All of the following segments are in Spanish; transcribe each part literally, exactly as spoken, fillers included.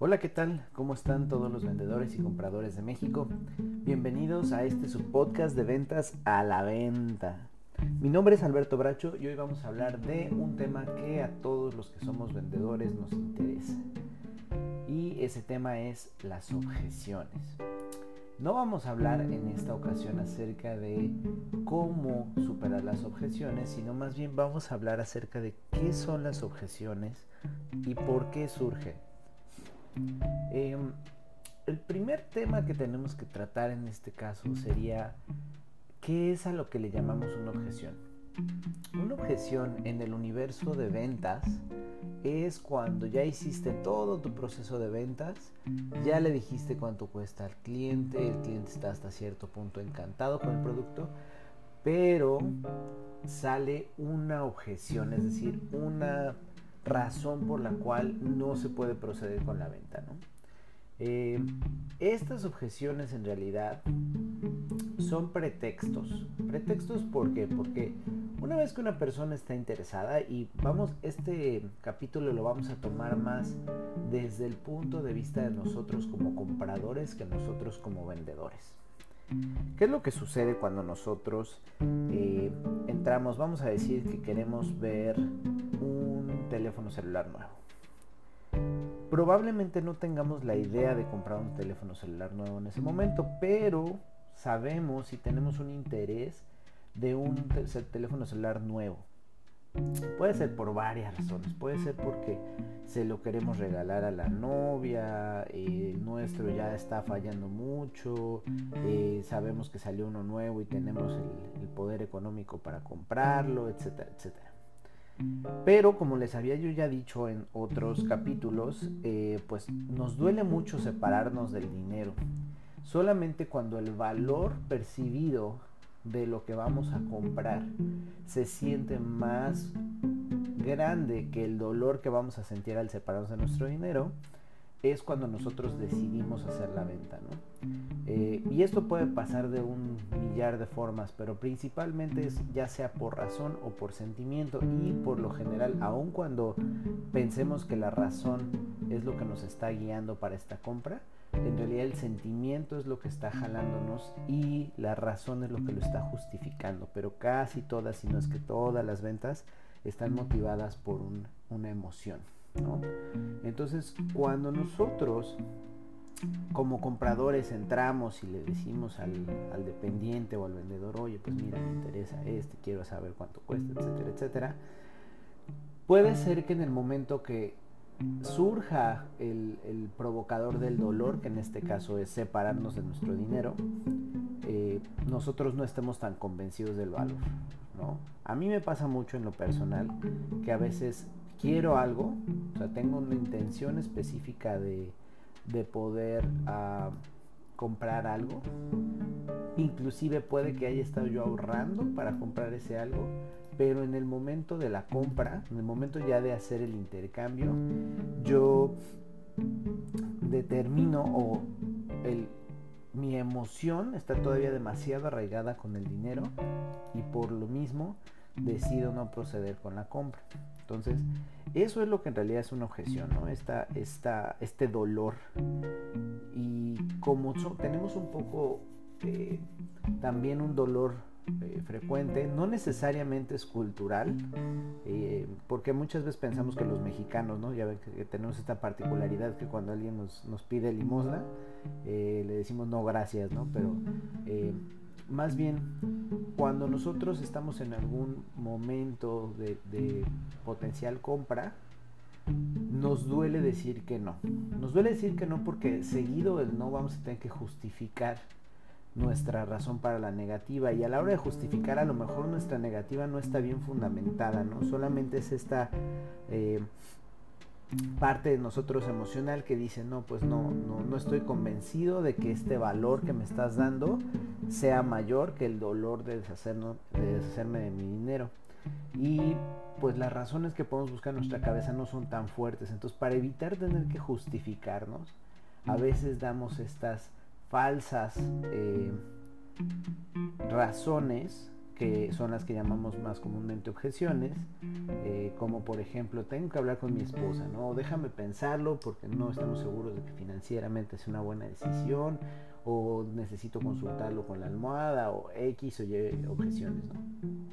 Hola, ¿qué tal? ¿Cómo están todos los vendedores y compradores de México? Bienvenidos a este subpodcast de ventas a la venta. Mi nombre es Alberto Bracho y hoy vamos a hablar de un tema que a todos los que somos vendedores nos interesa. Y ese tema es las objeciones. No vamos a hablar en esta ocasión acerca de cómo superar las objeciones, sino más bien vamos a hablar acerca de qué son las objeciones y por qué surgen. Eh, el primer tema que tenemos que tratar en este caso sería ¿qué es a lo que le llamamos una objeción? Una objeción en el universo de ventas es cuando ya hiciste todo tu proceso de ventas, ya le dijiste cuánto cuesta al cliente, el cliente está hasta cierto punto encantado con el producto, pero sale una objeción, es decir, una razón por la cual no se puede proceder con la venta, ¿no? Eh, estas objeciones en realidad son pretextos. ¿Pretextos por qué? Porque una vez que una persona está interesada, y vamos, este capítulo lo vamos a tomar más desde el punto de vista de nosotros como compradores que nosotros como vendedores. ¿Qué es lo que sucede cuando nosotros eh, entramos, vamos a decir que queremos ver un teléfono celular nuevo? Probablemente no tengamos la idea de comprar un teléfono celular nuevo en ese momento, pero sabemos y tenemos un interés de un te- teléfono celular nuevo. Puede ser por varias razones. Puede ser porque se lo queremos regalar a la novia, eh, el nuestro ya está fallando mucho, eh, sabemos que salió uno nuevo y tenemos el, el poder económico para comprarlo, etcétera, etcétera. Pero como les había yo ya dicho en otros capítulos, eh, pues nos duele mucho separarnos del dinero. Solamente cuando el valor percibido de lo que vamos a comprar se siente más grande que el dolor que vamos a sentir al separarnos de nuestro dinero, es cuando nosotros decidimos hacer la venta, ¿no? Eh, y esto puede pasar de un millar de formas, pero principalmente es ya sea por razón o por sentimiento, y por lo general, aun cuando pensemos que la razón es lo que nos está guiando para esta compra, en realidad el sentimiento es lo que está jalándonos y la razón es lo que lo está justificando. Pero casi todas, si no es que todas las ventas están motivadas por un, una emoción, ¿no? Entonces, cuando nosotros como compradores entramos y le decimos al, al dependiente o al vendedor, oye, pues mira, me interesa este, quiero saber cuánto cuesta, etcétera, etcétera, puede ser que en el momento que surja el, el provocador del dolor, que en este caso es separarnos de nuestro dinero, eh, nosotros no estemos tan convencidos del valor, ¿no? A mí me pasa mucho en lo personal que a veces quiero algo, o sea, tengo una intención específica de, de poder uh, comprar algo, inclusive puede que haya estado yo ahorrando para comprar ese algo, pero en el momento de la compra, en el momento ya de hacer el intercambio, yo determino o el, mi emoción está todavía demasiado arraigada con el dinero, y por lo mismo decido no proceder con la compra. Entonces, eso es lo que en realidad es una objeción, ¿no? Esta, esta, este dolor. Y como so, tenemos un poco eh, también un dolor eh, frecuente, no necesariamente es cultural, eh, porque muchas veces pensamos que los mexicanos, ¿no? Ya ven que, que tenemos esta particularidad que cuando alguien nos, nos pide limosna, eh, le decimos no gracias, ¿no? Pero eh, más bien cuando nosotros estamos en algún momento de, de potencial compra, nos duele decir que no. Nos duele decir que no porque seguido el no vamos a tener que justificar nuestra razón para la negativa, y a la hora de justificar a lo mejor nuestra negativa no está bien fundamentada, ¿no? Solamente es esta eh, parte de nosotros emocional que dice no, pues no, no, no estoy convencido de que este valor que me estás dando sea mayor que el dolor de, deshacernos, de deshacerme de mi dinero. Y pues las razones que podemos buscar en nuestra cabeza no son tan fuertes. Entonces, para evitar tener que justificarnos, a veces damos estas falsas eh, razones que son las que llamamos más comúnmente objeciones, eh, como por ejemplo, tengo que hablar con mi esposa, ¿no? O déjame pensarlo porque no estamos seguros de que financieramente es una buena decisión, o necesito consultarlo con la almohada, o X o Y objeciones, ¿no?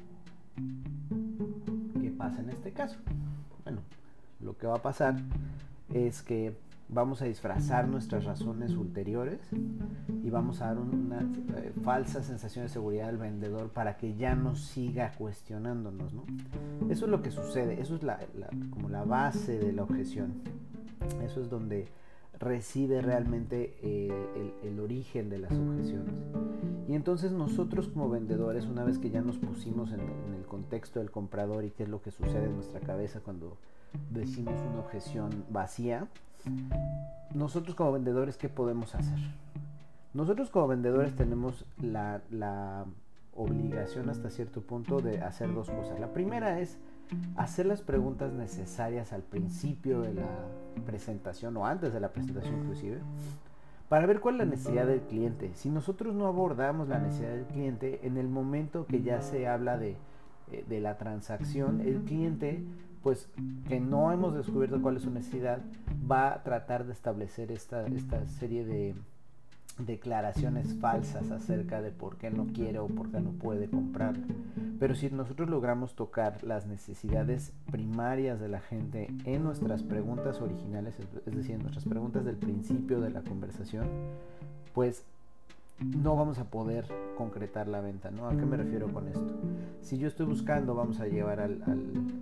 ¿Qué pasa en este caso? Bueno, lo que va a pasar es que vamos a disfrazar nuestras razones ulteriores y vamos a dar una eh, falsa sensación de seguridad al vendedor para que ya no siga cuestionándonos, ¿no? Eso es lo que sucede, eso es la, la, como la base de la objeción. Eso es donde reside realmente eh, el, el origen de las objeciones. Y entonces nosotros como vendedores, una vez que ya nos pusimos en, en el contexto del comprador y qué es lo que sucede en nuestra cabeza cuando decimos una objeción vacía, nosotros como vendedores, ¿qué podemos hacer? Nosotros como vendedores tenemos la, la obligación hasta cierto punto de hacer dos cosas. La primera es hacer las preguntas necesarias al principio de la presentación o antes de la presentación inclusive, para ver cuál es la necesidad del cliente. Si nosotros no abordamos la necesidad del cliente, en el momento que ya se habla de, de la transacción, el cliente, pues que no hemos descubierto cuál es su necesidad, va a tratar de establecer esta, esta serie de declaraciones falsas acerca de por qué no quiere o por qué no puede comprar. Pero si nosotros logramos tocar las necesidades primarias de la gente en nuestras preguntas originales, es decir, en nuestras preguntas del principio de la conversación, pues no vamos a poder concretar la venta, ¿no? ¿A qué me refiero con esto? Si yo estoy buscando, vamos a llevar al, al,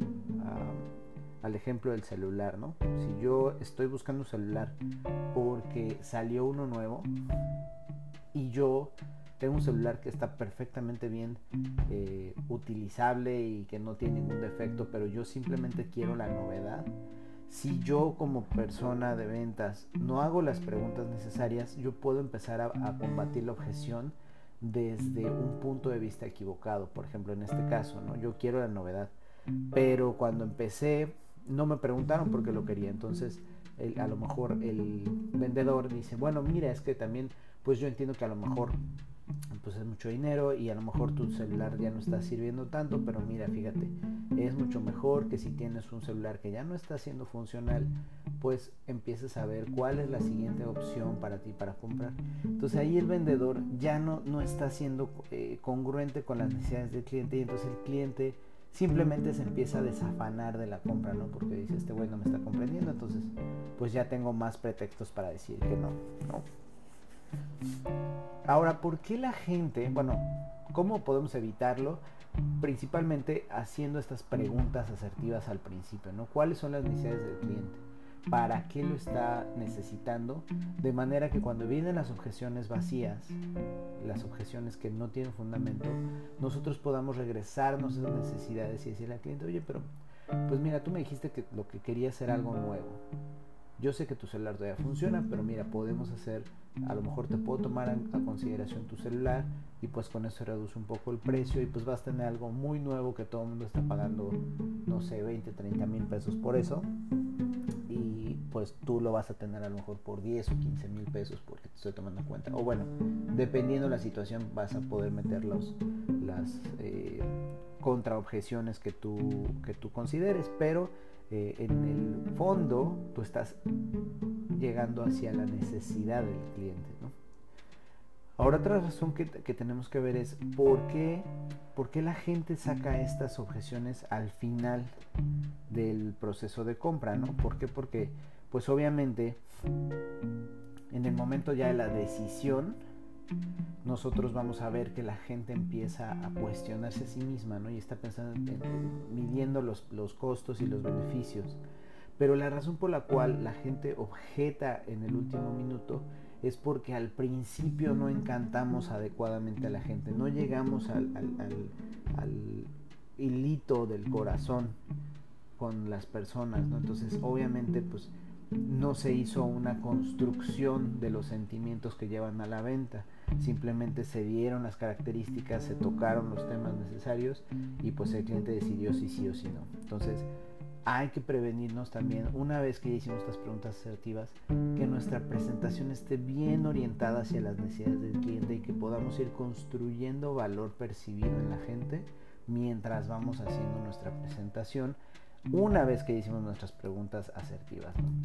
a, al ejemplo del celular, ¿no? Si yo estoy buscando un celular porque salió uno nuevo y yo tengo un celular que está perfectamente bien eh, utilizable y que no tiene ningún defecto, pero yo simplemente quiero la novedad. Si yo como persona de ventas no hago las preguntas necesarias, yo puedo empezar a, a combatir la objeción desde un punto de vista equivocado. Por ejemplo, en este caso, ¿no? Yo quiero la novedad, pero cuando empecé no me preguntaron por qué lo quería. Entonces el, a lo mejor el vendedor dice, bueno, mira, es que también pues yo entiendo que a lo mejor pues es mucho dinero y a lo mejor tu celular ya no está sirviendo tanto, pero mira, fíjate, es mucho mejor que si tienes un celular que ya no está siendo funcional, pues empieces a ver cuál es la siguiente opción para ti para comprar. Entonces ahí el vendedor ya no, no está siendo eh, congruente con las necesidades del cliente, y entonces el cliente simplemente se empieza a desafanar de la compra, ¿no? Porque dice, este güey no me está comprendiendo, entonces pues ya tengo más pretextos para decir que no, ¿no? Ahora, ¿por qué la gente, bueno, cómo podemos evitarlo? Principalmente haciendo estas preguntas asertivas al principio, ¿no? ¿Cuáles son las necesidades del cliente? ¿Para qué lo está necesitando? De manera que cuando vienen las objeciones vacías, las objeciones que no tienen fundamento, nosotros podamos regresarnos a esas necesidades y decirle al cliente, oye, pero pues mira, tú me dijiste que lo que querías era algo nuevo. Yo sé que tu celular todavía funciona, pero mira, podemos hacer, a lo mejor te puedo tomar a, a consideración tu celular y pues con eso reduce un poco el precio y pues vas a tener algo muy nuevo que todo el mundo está pagando, no sé, veinte, treinta mil pesos por eso, y pues tú lo vas a tener a lo mejor por diez o quince mil pesos porque te estoy tomando en cuenta. O bueno, dependiendo de la situación vas a poder meter los, las eh, contraobjeciones que tú, que tú consideres, pero Eh, en el fondo tú estás llegando hacia la necesidad del cliente, ¿no? Ahora otra razón que, que tenemos que ver es por qué, por qué la gente saca estas objeciones al final del proceso de compra, ¿no? ¿Por qué? Porque pues obviamente en el momento ya de la decisión nosotros vamos a ver que la gente empieza a cuestionarse a sí misma, ¿no? Y está pensando, en, en, midiendo los, los costos y los beneficios. Pero la razón por la cual la gente objeta en el último minuto es porque al principio no encantamos adecuadamente a la gente, no llegamos al, al, al, al hilito del corazón con las personas, ¿no? Entonces obviamente pues no se hizo una construcción de los sentimientos que llevan a la venta, simplemente se dieron las características, se tocaron los temas necesarios y pues el cliente decidió si sí o si no. Entonces hay que prevenirnos también, una vez que ya hicimos estas preguntas asertivas, que nuestra presentación esté bien orientada hacia las necesidades del cliente y que podamos ir construyendo valor percibido en la gente mientras vamos haciendo nuestra presentación, una vez que hicimos nuestras preguntas asertivas, ¿no?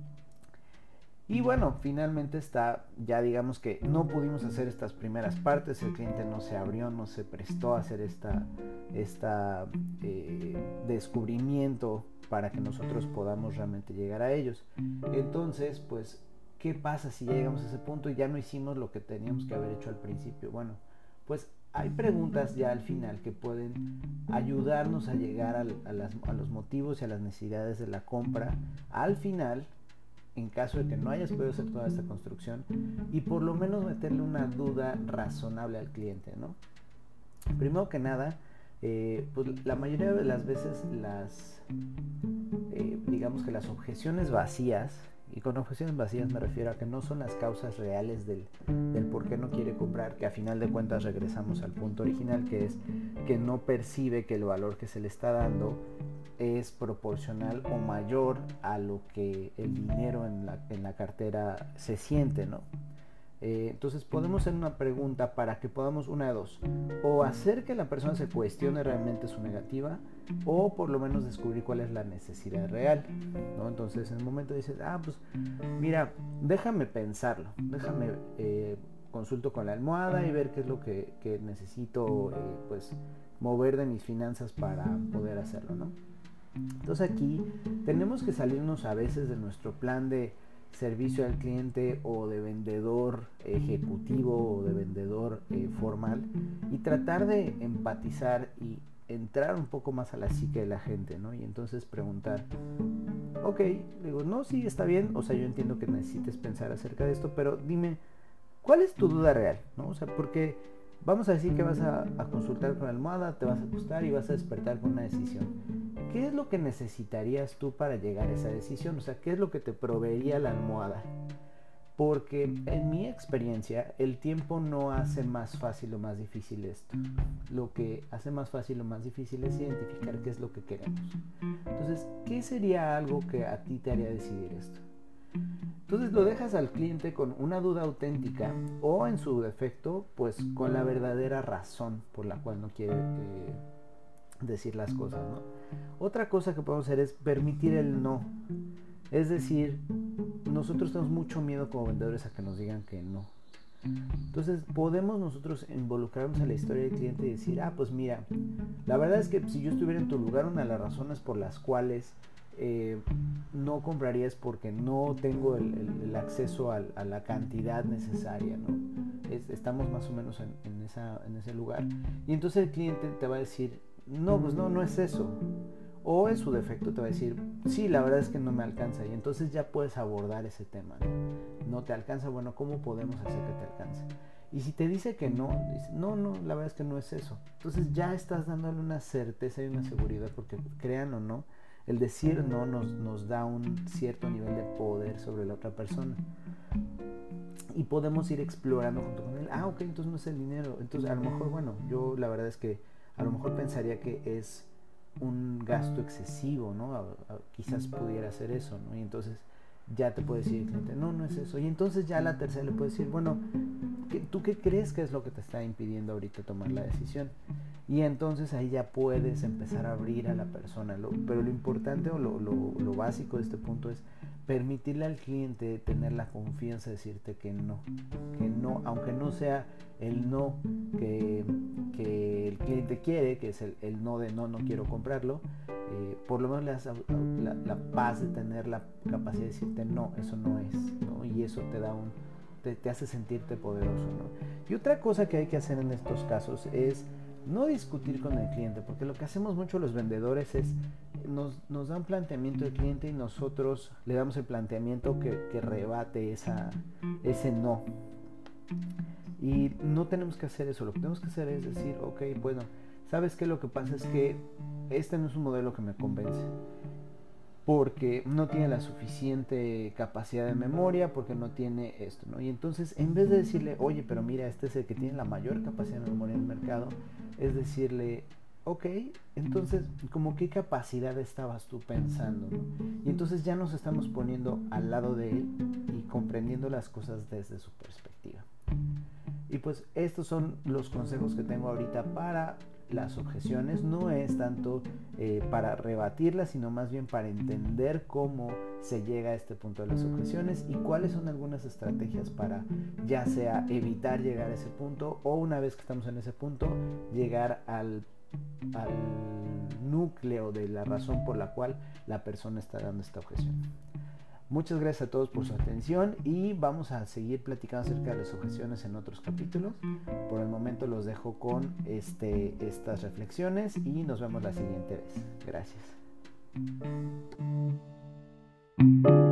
Y bueno, finalmente está, ya digamos que no pudimos hacer estas primeras partes, el cliente no se abrió, no se prestó a hacer esta, esta eh, descubrimiento para que nosotros podamos realmente llegar a ellos. Entonces, pues, ¿qué pasa si ya llegamos a ese punto y ya no hicimos lo que teníamos que haber hecho al principio? Bueno, pues hay preguntas ya al final que pueden ayudarnos a llegar a, a, las, a los motivos y a las necesidades de la compra al final, en caso de que no hayas podido hacer toda esta construcción, y por lo menos meterle una duda razonable al cliente, ¿no? Primero que nada, eh, pues la mayoría de las veces las, eh, digamos que las objeciones vacías, y con objeciones vacías me refiero a que no son las causas reales del, del por qué no quiere comprar, que a final de cuentas regresamos al punto original, que es que no percibe que el valor que se le está dando es proporcional o mayor a lo que el dinero en la, en la cartera se siente, ¿no? Eh, entonces podemos hacer una pregunta para que podamos, una de dos, o hacer que la persona se cuestione realmente su negativa, o por lo menos descubrir cuál es la necesidad real, ¿no? Entonces en el momento dices, ah, pues mira, déjame pensarlo, déjame eh, consulto con la almohada y ver qué es lo que, que necesito eh, pues mover de mis finanzas para poder hacerlo, ¿no? Entonces aquí tenemos que salirnos a veces de nuestro plan de servicio al cliente o de vendedor ejecutivo o de vendedor eh, formal y tratar de empatizar y entrar un poco más a la psique de la gente, ¿no? Y entonces preguntar, ok, digo, no, sí, está bien, o sea, yo entiendo que necesites pensar acerca de esto, pero dime, ¿cuál es tu duda real? ¿No? O sea, porque vamos a decir que vas a, a consultar con la almohada, te vas a acostar y vas a despertar con una decisión. ¿Qué es lo que necesitarías tú para llegar a esa decisión? O sea, ¿qué es lo que te proveería la almohada? Porque en mi experiencia el tiempo no hace más fácil o más difícil esto. Lo que hace más fácil o más difícil es identificar qué es lo que queremos. Entonces, ¿qué sería algo que a ti te haría decidir esto? Entonces lo dejas al cliente con una duda auténtica o en su defecto, pues con la verdadera razón por la cual no quiere eh, decir las cosas, ¿no? Otra cosa que podemos hacer es permitir el no. Es decir, nosotros tenemos mucho miedo como vendedores a que nos digan que no. Entonces podemos nosotros involucrarnos en la historia del cliente y decir, ah, pues mira, la verdad es que si yo estuviera en tu lugar, una de las razones por las cuales eh, no compraría es porque no tengo el, el, el acceso a, a la cantidad necesaria, ¿no? Es, estamos más o menos en, en, esa, en ese lugar. Y entonces el cliente te va a decir, no, pues no, no es eso. O en su defecto te va a decir, sí, la verdad es que no me alcanza. Y entonces ya puedes abordar ese tema, ¿no? No te alcanza, bueno, ¿cómo podemos hacer que te alcance? Y si te dice que no, dice, no, no, la verdad es que no es eso. Entonces ya estás dándole una certeza y una seguridad, porque crean o no, el decir no nos, nos da un cierto nivel de poder sobre la otra persona. Y podemos ir explorando junto con él, ah, ok, entonces no es el dinero. Entonces a lo mejor, bueno, yo la verdad es que a lo mejor pensaría que es un gasto excesivo, ¿no? A, a, quizás pudiera ser eso, ¿no? Y entonces ya te puede decir el cliente, no, no es eso. Y entonces ya la tercera le puede decir, bueno, ¿tú qué crees que es lo que te está impidiendo ahorita tomar la decisión? Y entonces ahí ya puedes empezar a abrir a la persona. Lo, pero lo importante o lo, lo, lo básico de este punto es permitirle al cliente tener la confianza de decirte que no, que no, aunque no sea el no que, que el cliente quiere, que es el, el no de no, no quiero comprarlo, eh, por lo menos le das la, la paz de tener la capacidad de decirte no, eso no es, ¿no? Y eso te da un, te, te hace sentirte poderoso, ¿no? Y otra cosa que hay que hacer en estos casos es no discutir con el cliente, porque lo que hacemos mucho los vendedores es nos, nos da un planteamiento del cliente y nosotros le damos el planteamiento que, que rebate esa, ese no. Y no tenemos que hacer eso, lo que tenemos que hacer es decir, ok, bueno, ¿sabes qué? Lo que pasa es que este no es un modelo que me convence, porque no tiene la suficiente capacidad de memoria, porque no tiene esto, ¿no? Y entonces, en vez de decirle, oye, pero mira, este es el que tiene la mayor capacidad de memoria en el mercado, es decirle, ok, entonces, ¿como qué capacidad estabas tú pensando? ¿No? Y entonces ya nos estamos poniendo al lado de él y comprendiendo las cosas desde su perspectiva. Y pues estos son los consejos que tengo ahorita para las objeciones. No es tanto eh, para rebatirlas, sino más bien para entender cómo se llega a este punto de las objeciones y cuáles son algunas estrategias para ya sea evitar llegar a ese punto o una vez que estamos en ese punto llegar al al núcleo de la razón por la cual la persona está dando esta objeción. Muchas gracias a todos por su atención y vamos a seguir platicando acerca de las objeciones en otros capítulos. Por el momento los dejo con este, estas reflexiones y nos vemos la siguiente vez. Gracias.